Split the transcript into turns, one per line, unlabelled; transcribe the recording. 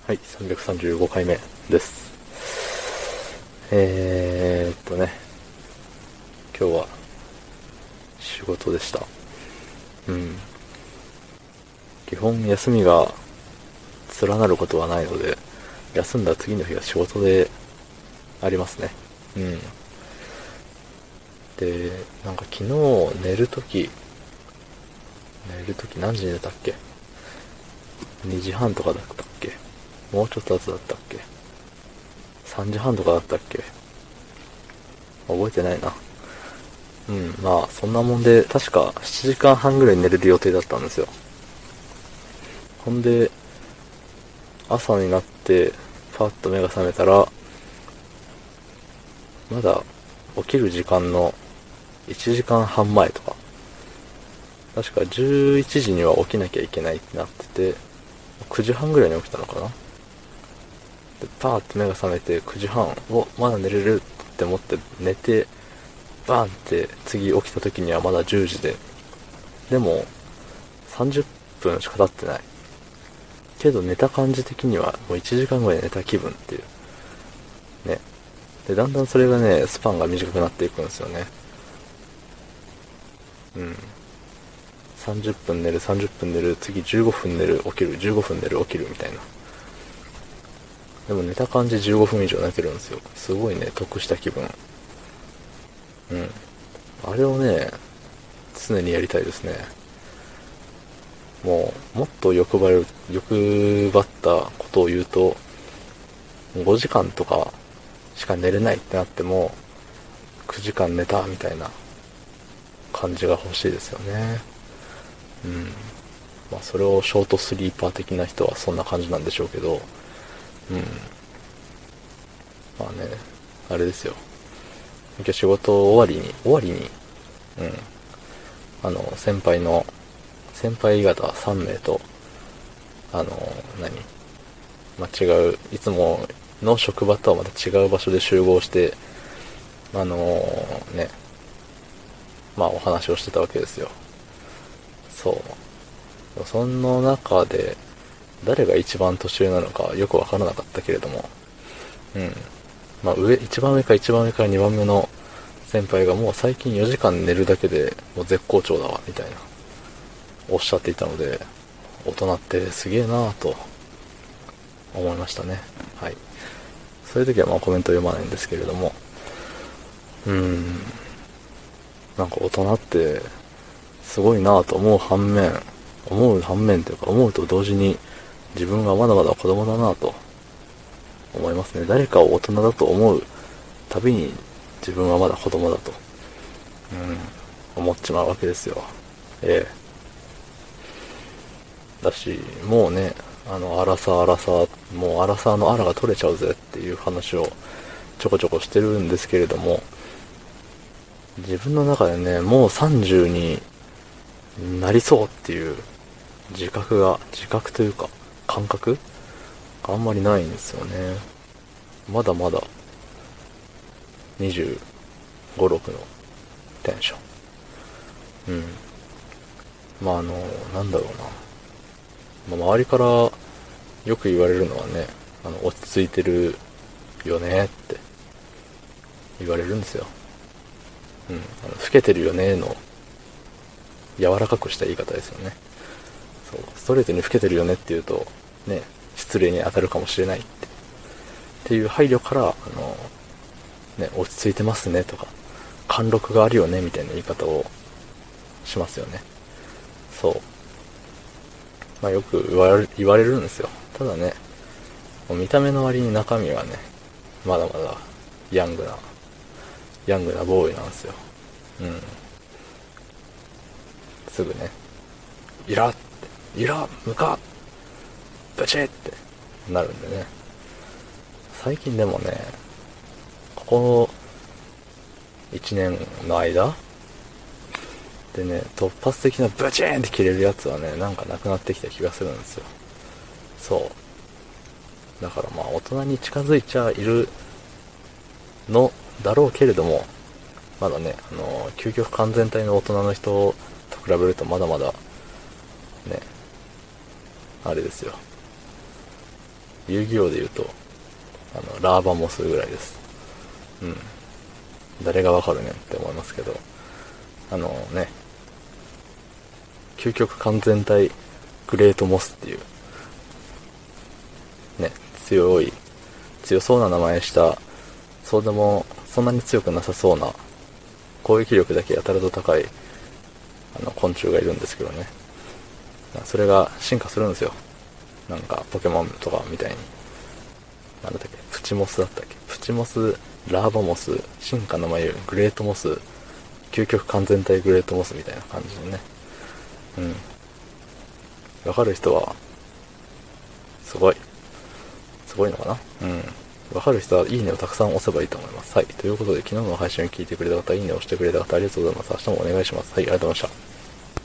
はい、335回目です。今日は仕事でした。うん。基本休みが連なることはないので、休んだ次の日が仕事でありますね。うん。で、なんか昨日寝るとき何時に寝たっけ？ 2 時半とかだったっけ？もうちょっと後だったっけ？ 3 時半とかだったっけ？覚えてないな。うん、まあそんなもんで、確か7時間半ぐらい寝れる予定だったんですよ。ほんで、朝になってパッと目が覚めたら、まだ起きる時間の1時間半前とか、確か11時には起きなきゃいけないってなってて、9時半ぐらいに起きたのかな。でパーって目が覚めて9時半、まだ寝れるって思って寝て、バーンって次起きた時にはまだ10時で、でも30分しか経ってないけど、寝た感じ的にはもう1時間ぐらい寝た気分っていうね。でだんだんそれがね、スパンが短くなっていくんですよね。うん。30分寝る、30分寝る、次15分寝る、起きる、15分寝る、起きるみたいな。でも寝た感じ15分以上寝てるんですよ。すごいね、得した気分。うん。あれをね、常にやりたいですね。もっと欲張ったことを言うと、5時間とかしか寝れないってなっても、9時間寝たみたいな感じが欲しいですよね。うん。まあそれをショートスリーパー的な人はそんな感じなんでしょうけど、うん。まあね、あれですよ。今日仕事終わりに、うん。先輩方3名と、あの、何違う、いつもの職場とはまた違う場所で集合して、ね、まあお話をしてたわけですよ。そう。その中で、誰が一番年上なのかよくわからなかったけれども、うん。まあ一番上か一番上から2番目の先輩がもう最近4時間寝るだけでもう絶好調だわ、みたいな、おっしゃっていたので、大人ってすげえなぁと思いましたね。はい。そういう時はまあコメント読まないんですけれども、なんか大人ってすごいなぁと思う反面というか、思うと同時に自分はまだまだ子供だなぁと思いますね。誰かを大人だと思うたびに自分はまだ子供だと、思っちまうわけですよ。えだし、もうね、アラサー、もうアラサーのアラが取れちゃうぜっていう話をちょこちょこしてるんですけれども、自分の中でね、もう30になりそうっていう自覚というか、感覚があんまりないんですよね。まだまだ25、6のテンション。うん。まあなんだろうな。まあ、周りからよく言われるのはね、落ち着いてるよねって言われるんですよ。うん。老けてるよねの柔らかくした言い方ですよね。そう。ストレートに老けてるよねって言うと、ね、失礼に当たるかもしれないっていう配慮から、ね、落ち着いてますねとか、貫禄があるよねみたいな言い方をしますよね。そう。まあよく言われるんですよ。ただね、見た目の割に中身はね、まだまだヤングな、ボーイなんですよ。うん。すぐね、イラムカブチッってなるんでね。最近でもね、ここ1年の間でね、突発的なブチーンって切れるやつはね、なんかなくなってきた気がするんですよ。そう。だからまあ大人に近づいちゃいるのだろうけれども、まだね、究極完全体の大人の人と比べるとまだまだね、あれですよ。 遊戯王で言うと、ラーバモスぐらいです。うん。誰がわかるねんって思いますけど、ね、究極完全体グレートモスっていう、ね、強そうな名前した、そうでも、そんなに強くなさそうな、攻撃力だけやたらと高い、昆虫がいるんですけどね。それが進化するんですよ。なんか、ポケモンとかみたいに。なんだったっけ、プチモスだったっけ、プチモス、ラーバモス、進化の眉、グレートモス、究極完全体グレートモスみたいな感じでね。うん。わかる人は、すごい。すごいのかな。うん。わかる人はいいねをたくさん押せばいいと思います。はい。ということで、昨日の配信を聞いてくれた方、いいねを押してくれた方、ありがとうございます。明日もお願いします。はい、ありがとうございました。